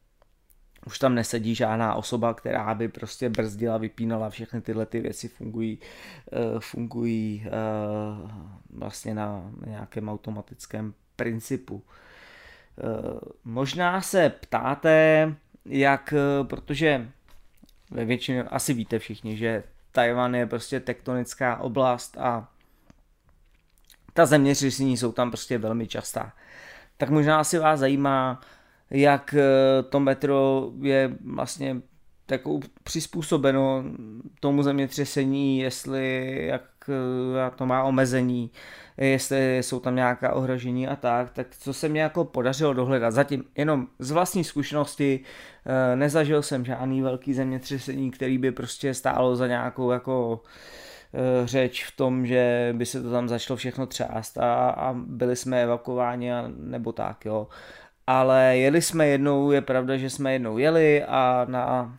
Speaker 1: už tam nesedí žádná osoba, která by prostě brzdila, vypínala, všechny tyhle ty věci fungují vlastně na nějakém automatickém principu. Možná se ptáte, protože ve většině asi víte všichni, že Tchaj-wan je prostě tektonická oblast a ta zemětřesení jsou tam prostě velmi častá. Tak možná asi vás zajímá, jak to metro je vlastně jako přizpůsobeno tomu zemětřesení, jak to má omezení, jestli jsou tam nějaká ohrožení a tak co se mě jako podařilo dohledat. Zatím jenom z vlastní zkušenosti nezažil jsem žádný velký zemětřesení, který by prostě stálo za nějakou jako řeč v tom, že by se to tam začalo všechno třást a byli jsme evakuováni nebo tak, jo. Ale jeli jsme jednou, je pravda, že jsme jednou jeli a na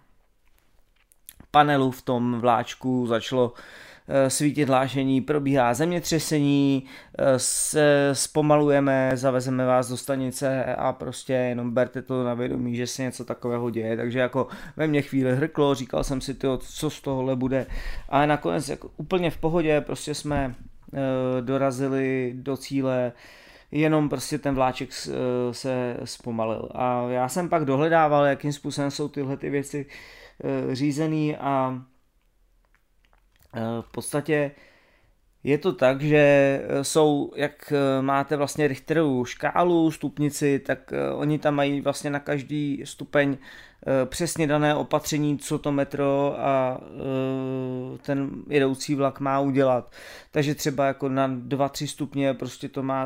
Speaker 1: panelu v tom vláčku začalo svítit hlášení, probíhá zemětřesení, zpomalujeme, zavezeme vás do stanice a prostě jenom berte to na vědomí, že se něco takového děje, takže jako ve mně chvíli hrklo, říkal jsem si, co z tohohle bude, ale nakonec jako úplně v pohodě, prostě jsme dorazili do cíle, jenom prostě ten vláček se zpomalil. A já jsem pak dohledával, jakým způsobem jsou tyhle ty věci řízený a v podstatě je to tak, že jsou, jak máte vlastně Richterovu škálu, stupnici, tak oni tam mají vlastně na každý stupeň přesně dané opatření, co to metro a ten jedoucí vlak má udělat. Takže třeba jako na 2-3 stupně prostě to má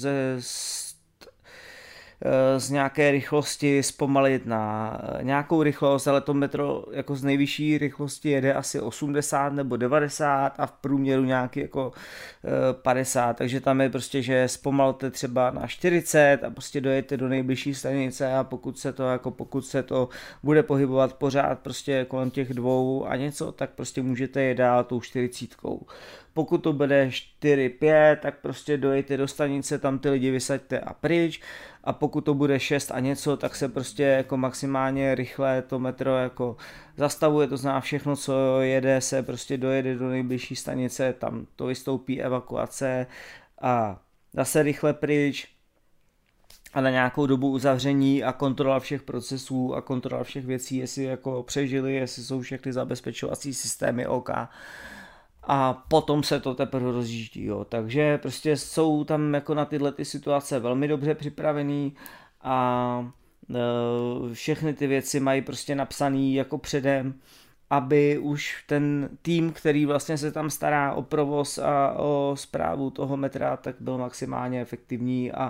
Speaker 1: z nějaké rychlosti zpomalit na nějakou rychlost, ale to metro jako z nejvyšší rychlosti jede asi 80 nebo 90 a v průměru nějaký jako 50, takže tam je prostě, že zpomalte třeba na 40 a prostě dojete do nejbližší stanice a pokud se to bude pohybovat pořád prostě kolem těch 2 a něco, tak prostě můžete jet dál tou 40. Pokud to bude 4-5, tak prostě dojete do stanice, tam ty lidi vysaďte a pryč. A pokud to bude 6 a něco, tak se prostě jako maximálně rychle to metro jako zastavuje, to znamená všechno, co jede, se prostě dojede do nejbližší stanice, tam to vystoupí evakuace a zase rychle pryč a na nějakou dobu uzavření a kontrola všech procesů a kontrola všech věcí, jestli jako přežili, jestli jsou všechny zabezpečovací systémy OK. A potom se to teprve rozjíždí, jo. Takže prostě jsou tam jako na tyhle ty situace velmi dobře připravený a všechny ty věci mají prostě napsaný jako předem, aby už ten tým, který vlastně se tam stará o provoz a o správu toho metra, tak byl maximálně efektivní a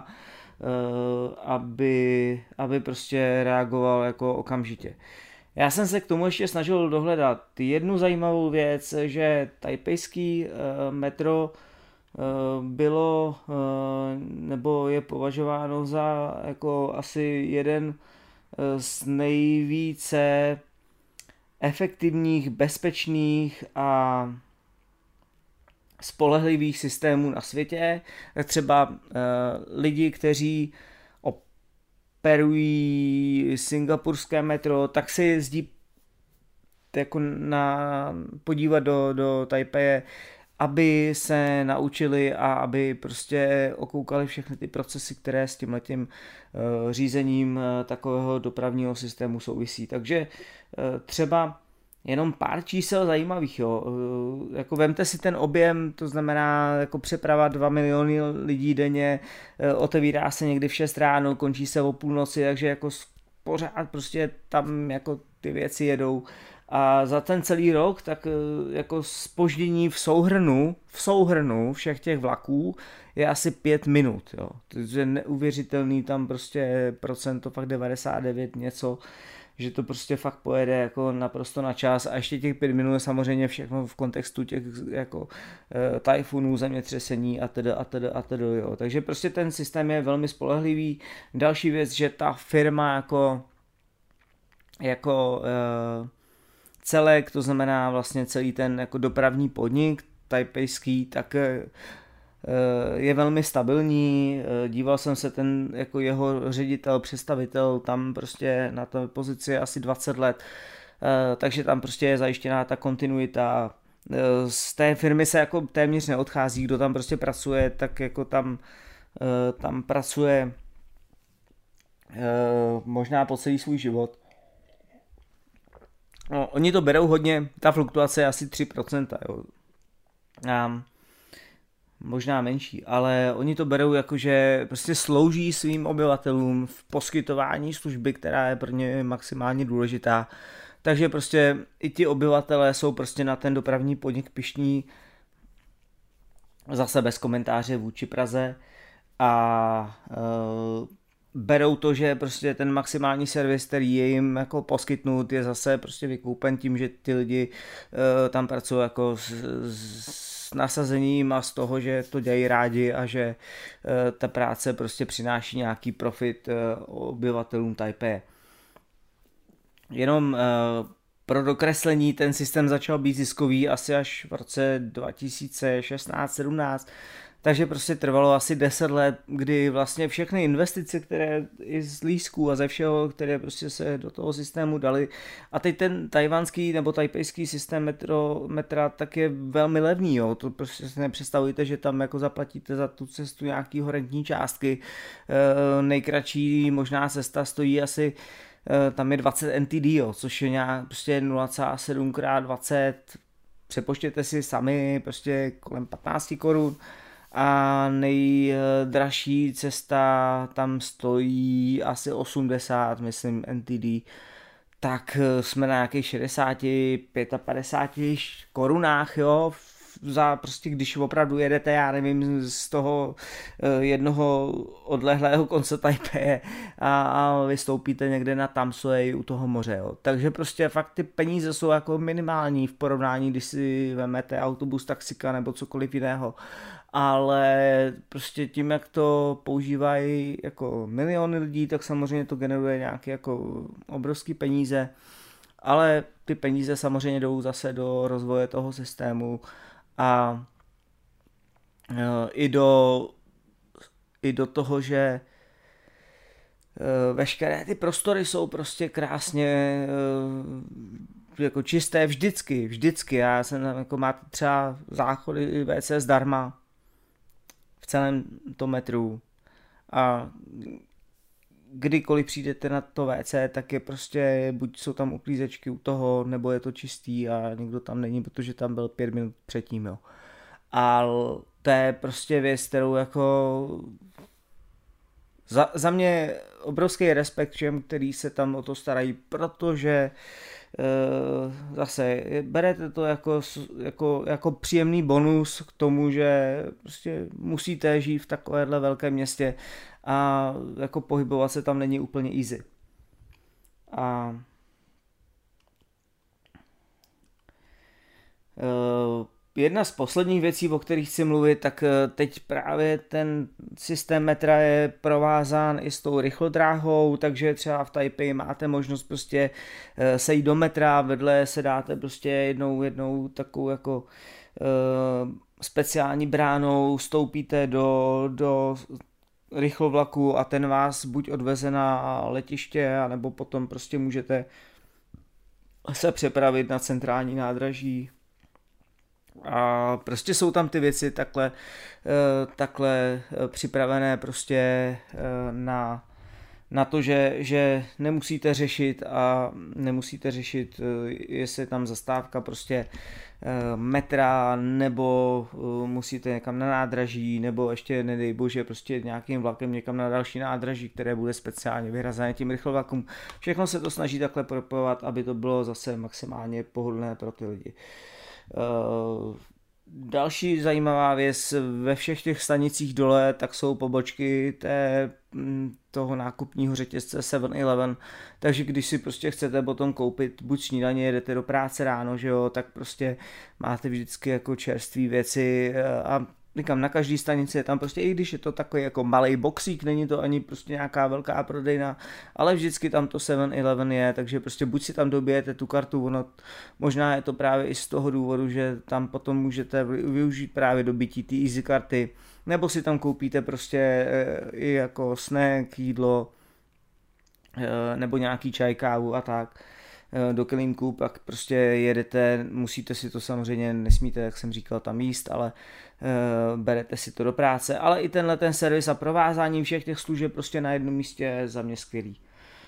Speaker 1: aby prostě reagoval jako okamžitě. Já jsem se k tomu ještě snažil dohledat jednu zajímavou věc, že tajpejský metro bylo nebo je považováno za jako asi jeden z nejvíce efektivních, bezpečných a spolehlivých systémů na světě. Třeba lidi, kteří operují singapurské metro, tak se jezdí jako podívat do Tajpeje, aby se naučili a aby prostě okoukali všechny ty procesy, které s tímhletím řízením takového dopravního systému souvisí. Takže třeba jenom pár čísel zajímavých, jo. Jako vemte si ten objem, to znamená jako přeprava 2 miliony lidí denně, otevírá se někdy v 6 ráno, končí se o půlnoci, takže jako pořád prostě tam jako ty věci jedou. A za ten celý rok tak jako zpoždění v souhrnu všech těch vlaků je asi 5 minut, jo. To je neuvěřitelný, tam prostě procento fakt 99 něco, že to prostě fakt pojede jako naprosto na čas a ještě těch 5 minut je samozřejmě všechno v kontextu těch jako tajfunů, zemětřesení a tedy, jo. Takže prostě ten systém je velmi spolehlivý. Další věc, že ta firma jako celek, to znamená vlastně celý ten jako dopravní podnik tajpejský, tak je velmi stabilní. Díval jsem se, ten jako jeho ředitel, představitel tam prostě na té pozici asi 20 let, takže tam prostě je zajištěná ta kontinuita. Z té firmy se jako téměř neodchází, kdo tam prostě pracuje, tak jako tam pracuje možná po celý svůj život. No, oni to berou hodně, ta fluktuace je asi 3%, jo. Možná menší, ale oni to berou jako, že prostě slouží svým obyvatelům v poskytování služby, která je pro ně maximálně důležitá. Takže prostě i ti obyvatelé jsou prostě na ten dopravní podnik pyšní, zase bez komentáře vůči Praze, a berou to, že prostě ten maximální servis, který je jim jako poskytnut, je zase prostě vykoupen tím, že ty lidi tam pracují jako s nasazením a z toho, že to dělají rádi a že ta práce prostě přináší nějaký profit obyvatelům Tajpeje. Jenom pro dokreslení, ten systém začal být ziskový asi až v roce 2016-17, takže prostě trvalo asi 10 let, kdy vlastně všechny investice, které i z lístků a ze všeho, které prostě se do toho systému dali, a teď ten tajvanský nebo tajpejský systém metra tak je velmi levný, jo. To prostě si nepředstavujte, že tam jako zaplatíte za tu cestu nějaký horentní částky. Nejkratší možná cesta stojí asi tam je 20 NTD, jo, což je nějak prostě 0,7x20, přepočtěte si sami, prostě kolem 15 korun. A nejdražší cesta tam stojí asi 80, myslím, NTD, tak jsme na nějakých 60, 55 korunách, jo, za prostě, když opravdu jedete, já nevím, z toho jednoho odlehlého konce Tajpeje a vystoupíte někde na Tamsuej u toho moře, jo. Takže prostě fakt ty peníze jsou jako minimální v porovnání, když si vemete autobus, taxika nebo cokoliv jiného. Ale prostě tím, jak to používají jako miliony lidí, tak samozřejmě to generuje nějaké jako obrovské peníze, ale ty peníze samozřejmě jdou zase do rozvoje toho systému a i do toho, že veškeré ty prostory jsou prostě krásně jako čisté vždycky. Já jsem tam jako máte třeba záchody WC zdarma v celém tom metru a kdykoliv přijdete na to WC, tak je prostě, buď jsou tam uklízečky u toho, nebo je to čistý a nikdo tam není, protože tam byl 5 minut předtím, jo. A to je prostě věc, kterou jako za mě obrovský respekt všem, který se tam o to starají, protože zase berete to jako příjemný bonus k tomu, že prostě musíte žít v takovéhle velkém městě a jako pohybovat se tam není úplně easy. A jedna z posledních věcí, o kterých chci mluvit, tak teď právě ten systém metra je provázán i s tou rychlodráhou, takže třeba v Tajpeji máte možnost prostě sejít do metra, vedle se dáte prostě jednou takovou jako speciální bránou, vstoupíte do rychlovlaku a ten vás buď odveze na letiště, anebo potom prostě můžete se přepravit na centrální nádraží. A prostě jsou tam ty věci takhle připravené prostě na to, že nemusíte řešit jestli je tam zastávka prostě metra, nebo musíte někam na nádraží, nebo ještě nedej bože prostě nějakým vlakem někam na další nádraží, které bude speciálně vyhrazené tím rychlovlakům. Všechno se to snaží takhle propojovat, aby to bylo zase maximálně pohodlné pro ty lidi. Další zajímavá věc, ve všech těch stanicích dole tak jsou pobočky toho nákupního řetězce 7-Eleven, takže když si prostě chcete potom koupit buď snídaně, jedete do práce ráno, že jo, tak prostě máte vždycky jako čerstvé věci a říkám, na každý stanici je tam prostě, i když je to takový jako malej boxík, není to ani prostě nějaká velká prodejna, ale vždycky tam to 7-Eleven je, takže prostě buď si tam dobijete tu kartu, možná je to právě i z toho důvodu, že tam potom můžete využít právě dobytí té easy karty, nebo si tam koupíte prostě i jako snack, jídlo, nebo nějaký čaj, kávu a tak do kelímku, pak prostě jedete, musíte si to samozřejmě, nesmíte, jak jsem říkal, tam jíst, ale berete si to do práce, ale i ten servis a provázání všech těch služeb prostě na jednom místě je za mě skvělý.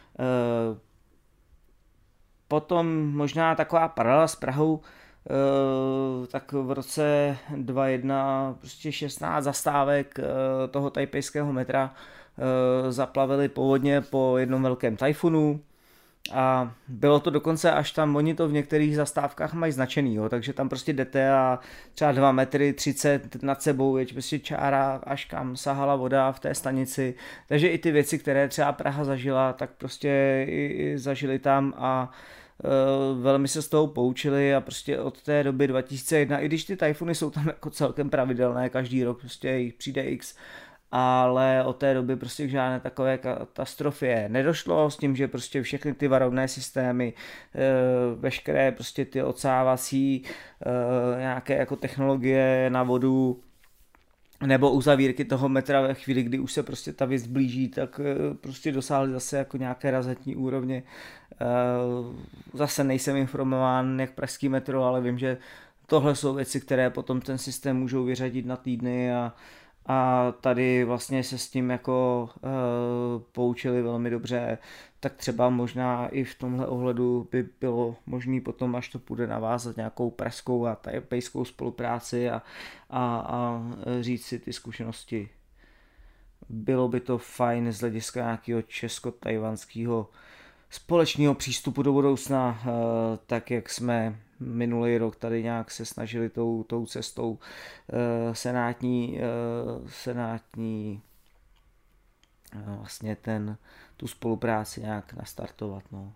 Speaker 1: Potom možná taková paralela s Prahou, tak v roce 2001 prostě 16 zastávek toho tajpejského metra zaplavily povodně po jednom velkém tajfunu a bylo to dokonce až tam, oni to v některých zastávkách mají značený, jo, takže tam prostě jdete a třeba 2 metry 30 nad sebou je prostě čára, až kam sahala voda v té stanici, takže i ty věci, které třeba Praha zažila, tak prostě i zažili tam a velmi se z toho poučili a prostě od té doby 2001, i když ty tajfuny jsou tam jako celkem pravidelné, každý rok prostě jich přijde x, ale od té doby prostě k žádné takové katastrofě nedošlo s tím, že prostě všechny ty varovné systémy, veškeré prostě ty odsávací nějaké jako technologie na vodu nebo uzavírky toho metra ve chvíli, kdy už se prostě ta věc blíží, tak prostě dosáhly zase jako nějaké razantní úrovně. Zase nejsem informován jak pražský metro, ale vím, že tohle jsou věci, které potom ten systém můžou vyřadit na týdny a tady vlastně se s tím jako poučili velmi dobře, tak třeba možná i v tomhle ohledu by bylo možné potom, až to půjde navázat nějakou pražskou a tajpejskou spolupráci a říct si ty zkušenosti. Bylo by to fajn z hlediska nějakého česko-tajvanského společného přístupu do budoucna, tak jak jsme minulý rok tady nějak se snažili tou cestou senátní vlastně tu spolupráci nějak nastartovat. No.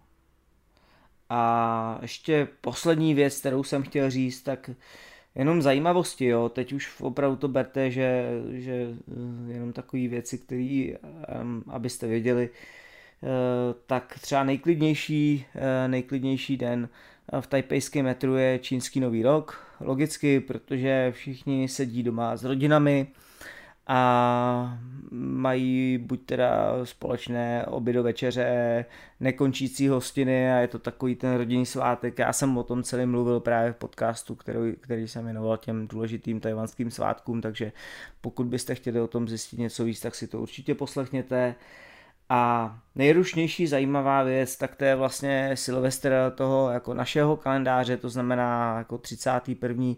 Speaker 1: A ještě poslední věc, kterou jsem chtěl říct, tak jenom zajímavosti, jo, teď už opravdu to berte, že jenom takové věci, které, abyste věděli, tak třeba nejklidnější den v tajpejském metru je čínský nový rok, logicky, protože všichni sedí doma s rodinami a mají buď teda společné obědo večeře, nekončící hostiny a je to takový ten rodinný svátek. Já jsem o tom celý mluvil právě v podcastu, který jsem jmenoval těm důležitým tajvanským svátkům, takže pokud byste chtěli o tom zjistit něco víc, tak si to určitě poslechněte. A nejrušnější zajímavá věc, tak to je vlastně Silvestr toho jako našeho kalendáře, to znamená jako 31.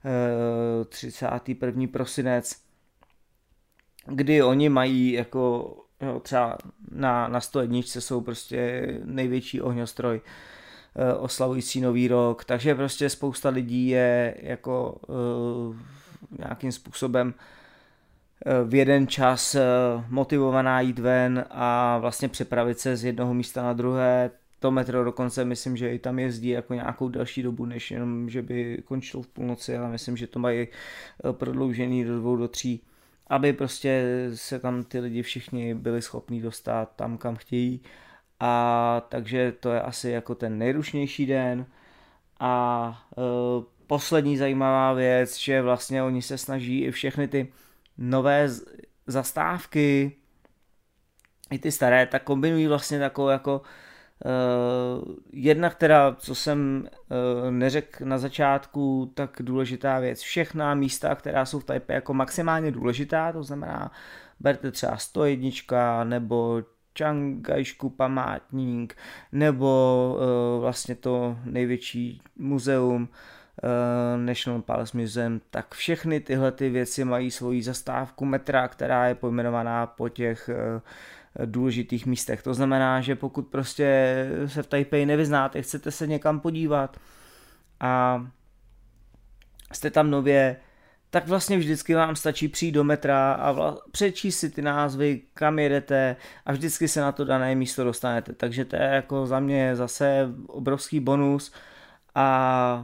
Speaker 1: prosinec, kdy oni mají jako jo, třeba na 101 jsou prostě největší ohňostroj oslavující nový rok, takže prostě spousta lidí je jako nějakým způsobem v jeden čas motivovaná jít ven a vlastně přepravit se z jednoho místa na druhé. To metro dokonce myslím, že i tam jezdí jako nějakou další dobu, než jenom, že by končilo v půlnoci, ale myslím, že to mají prodloužený do 2 do 3, aby prostě se tam ty lidi všichni byli schopní dostat tam, kam chtějí. A takže to je asi jako ten nejrušnější den. A poslední zajímavá věc, že vlastně oni se snaží i všechny ty nové zastávky, i ty staré, tak kombinují vlastně takovou jako jedna, která, co jsem neřekl na začátku, tak důležitá věc. Všechna místa, která jsou v Taipei jako maximálně důležitá, to znamená, berte třeba 101 nebo Čangajšku památník, nebo vlastně to největší muzeum National Palace Museum, tak všechny tyhle ty věci mají svoji zastávku metra, která je pojmenovaná po těch důležitých místech. To znamená, že pokud prostě se v Tajpeji nevyznáte, chcete se někam podívat a jste tam nově, tak vlastně vždycky vám stačí přijít do metra a přečíst si ty názvy, kam jedete a vždycky se na to dané místo dostanete. Takže to je jako za mě zase obrovský bonus a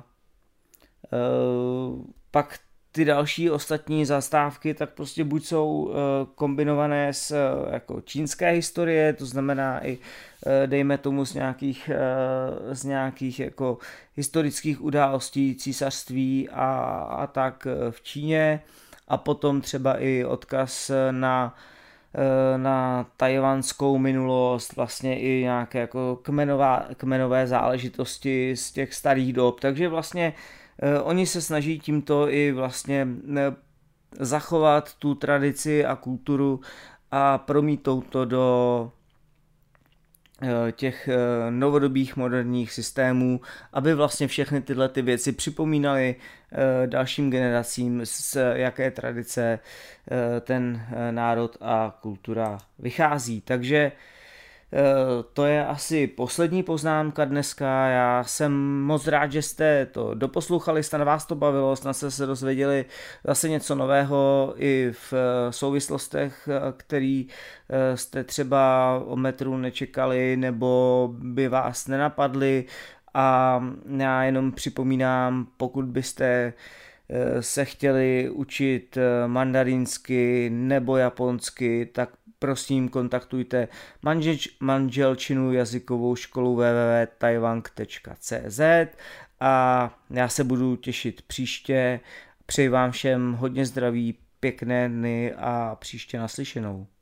Speaker 1: pak ty další ostatní zastávky tak prostě buď jsou kombinované s jako čínské historie, to znamená i dejme tomu z nějakých jako historických událostí císařství a tak v Číně a potom třeba i odkaz na tajvanskou minulost, vlastně i nějaké jako kmenové záležitosti z těch starých dob, takže vlastně oni se snaží tímto i vlastně zachovat tu tradici a kulturu a promítou to do těch novodobých moderních systémů, aby vlastně všechny tyhle ty věci připomínaly dalším generacím, z jaké tradice ten národ a kultura vychází. Takže to je asi poslední poznámka dneska. Já jsem moc rád, že jste to doposlouchali, snad vás to bavilo, snad jste se dozvěděli zase něco nového i v souvislostech, který jste třeba o metru nečekali nebo by vás nenapadly. A já jenom připomínám, pokud byste se chtěli učit mandarinsky nebo japonsky, tak prosím kontaktujte manželčinu jazykovou školu www.taiwan.cz a já se budu těšit příště. Přeji vám všem hodně zdraví, pěkné dny a příště naslyšenou.